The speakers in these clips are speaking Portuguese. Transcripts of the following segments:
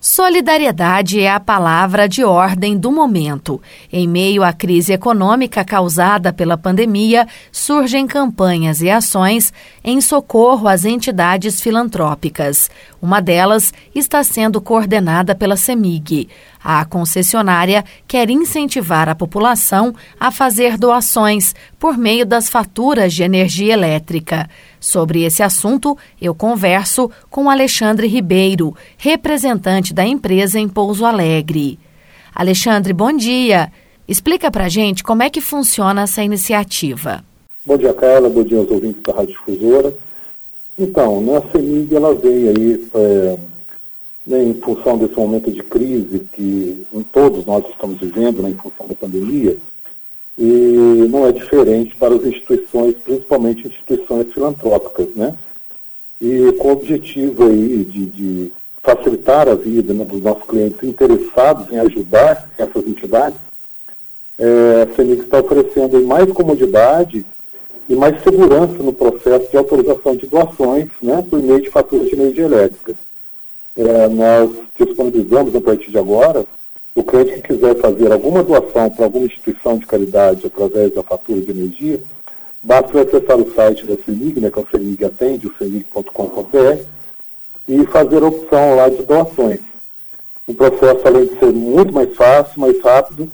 Solidariedade é a palavra de ordem do momento. Em meio à crise econômica causada pela pandemia, surgem campanhas e ações em socorro às entidades filantrópicas. Uma delas está sendo coordenada pela CEMIG. A concessionária quer incentivar a população a fazer doações por meio das faturas de energia elétrica. Sobre esse assunto, eu converso com Alexandre Ribeiro, representante da empresa em Pouso Alegre. Alexandre, bom dia. Explica pra gente como é que funciona essa iniciativa. Bom dia, Carla. Bom dia aos ouvintes da Rádio Difusora. Então, a CEMIG, ela veio aí em função desse momento de crise que todos nós estamos vivendo, em função da pandemia, e não é diferente para as instituições, principalmente instituições filantrópicas, né? E com o objetivo aí de facilitar a vida dos nossos clientes interessados em ajudar essas entidades, a CEMIG está oferecendo mais comodidade e mais segurança no processo de autorização de doações, né, por meio de faturas de energia elétrica. Nós disponibilizamos, a partir de agora, o cliente que quiser fazer alguma doação para alguma instituição de caridade através da fatura de energia, basta acessar o site da CEMIG, né, que é o CEMIG Atende, o cemig.com.br, e fazer a opção lá de doações. O processo, além de ser muito mais fácil, mais rápido,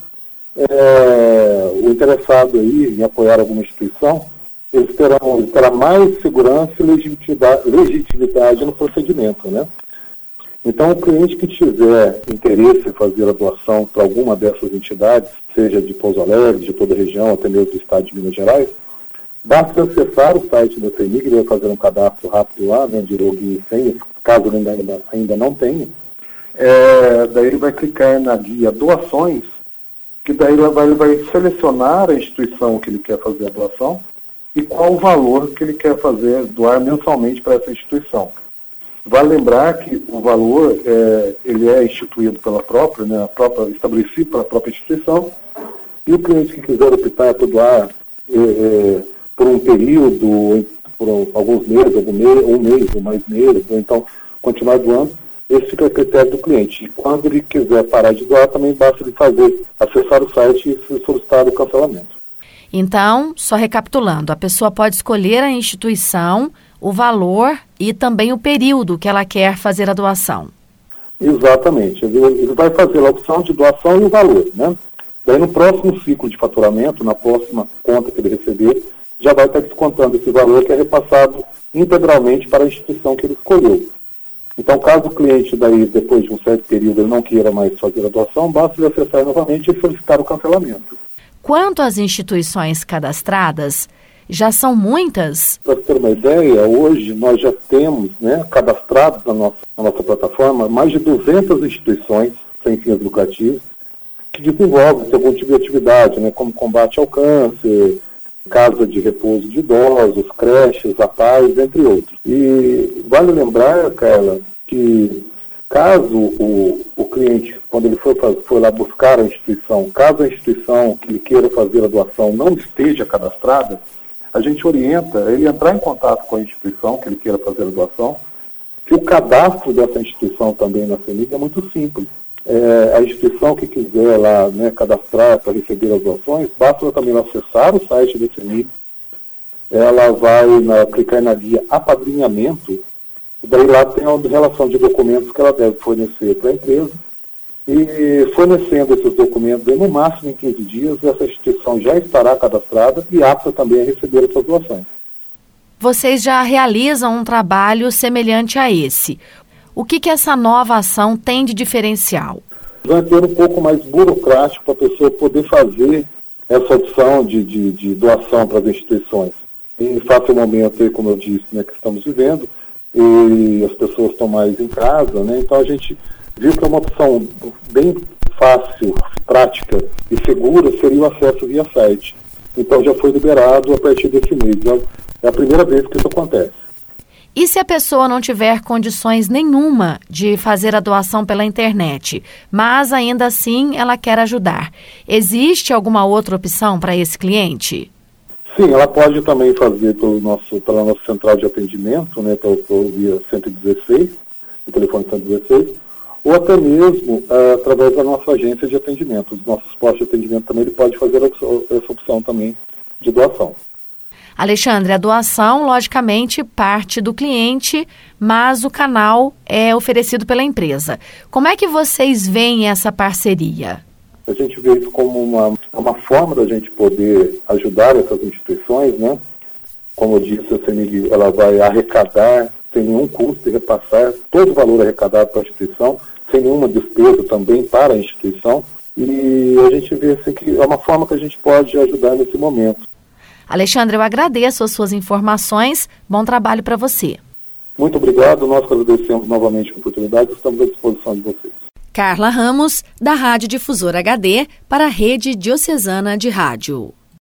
o interessado aí em apoiar alguma instituição, ele terá mais segurança e legitimidade no procedimento, né? Então, o cliente que tiver interesse em fazer a doação para alguma dessas entidades, seja de Pouso Alegre, de toda a região, até mesmo do estado de Minas Gerais, basta acessar o site da CEMIG, ele vai fazer um cadastro rápido lá, né, de login e senha, caso ele ainda não tenha. Daí ele vai clicar na guia doações, que daí ele vai selecionar a instituição que ele quer fazer a doação e qual o valor que ele quer doar mensalmente para essa instituição. Vale lembrar que o valor ele é instituído pela própria, né, estabelecido pela própria instituição, e o cliente que quiser optar por doar por um período, por alguns meses, um mês ou mais meses, ou então continuar doando, esse fica a critério do cliente. E quando ele quiser parar de doar, também basta ele acessar o site e solicitar o cancelamento. Então, só recapitulando, a pessoa pode escolher a instituição, o valor e também o período que ela quer fazer a doação. Exatamente. Ele vai fazer a opção de doação e o valor, né? Daí no próximo ciclo de faturamento, na próxima conta que ele receber, já vai estar descontando esse valor que é repassado integralmente para a instituição que ele escolheu. Então, caso o cliente, daí, depois de um certo período, ele não queira mais fazer a doação, basta ele acessar novamente e solicitar o cancelamento. Quanto às instituições cadastradas, já são muitas? Para ter uma ideia, hoje nós já temos, né, cadastrados na nossa plataforma mais de 200 instituições sem fins lucrativos que desenvolvem algum tipo de atividade, né, como combate ao câncer, casa de repouso de idosos, creches, APAES, entre outros. E vale lembrar, Carla, que caso o cliente, quando ele for lá buscar a instituição, caso a instituição que ele queira fazer a doação não esteja cadastrada, a gente orienta ele a entrar em contato com a instituição que ele queira fazer a doação, que o cadastro dessa instituição também na CEMIG é muito simples. A instituição que quiser lá, né, cadastrar para receber as doações, basta também acessar o site da CEMIG, ela vai clicar na guia apadrinhamento, e daí lá tem a relação de documentos que ela deve fornecer para a empresa, e fornecendo esses documentos no máximo em 15 dias, essa instituição já estará cadastrada e apta também a receber essas doações. Vocês já realizam um trabalho semelhante a esse. O que essa nova ação tem de diferencial? Vai ter um pouco mais burocrático para a pessoa poder fazer essa opção de doação para as instituições. Em face ao momento, como eu disse, né, que estamos vivendo, e as pessoas estão mais em casa, né, então a gente viu que uma opção bem fácil, prática e segura seria o acesso via site. Então já foi liberado a partir desse mês. É a primeira vez que isso acontece. E se a pessoa não tiver condições nenhuma de fazer a doação pela internet, mas ainda assim ela quer ajudar, existe alguma outra opção para esse cliente? Sim, ela pode também fazer pela nossa central de atendimento, né, pelo via 116, o telefone 116, ou até mesmo através da nossa agência de atendimento. Os nossos postos de atendimento também, ele pode fazer essa opção também de doação. Alexandre, a doação, logicamente, parte do cliente, mas o canal é oferecido pela empresa. Como é que vocês veem essa parceria? A gente vê isso como uma forma da gente poder ajudar essas instituições, né? Como eu disse, a CEMIG, ela vai arrecadar sem nenhum custo e repassar todo o valor arrecadado para a instituição, sem nenhuma despesa também para a instituição. E a gente vê assim, que é uma forma que a gente pode ajudar nesse momento. Alexandre, eu agradeço as suas informações. Bom trabalho para você. Muito obrigado. Nós agradecemos novamente a oportunidade e estamos à disposição de vocês. Carla Ramos, da Rádio Difusora HD, para a Rede Diocesana de Rádio.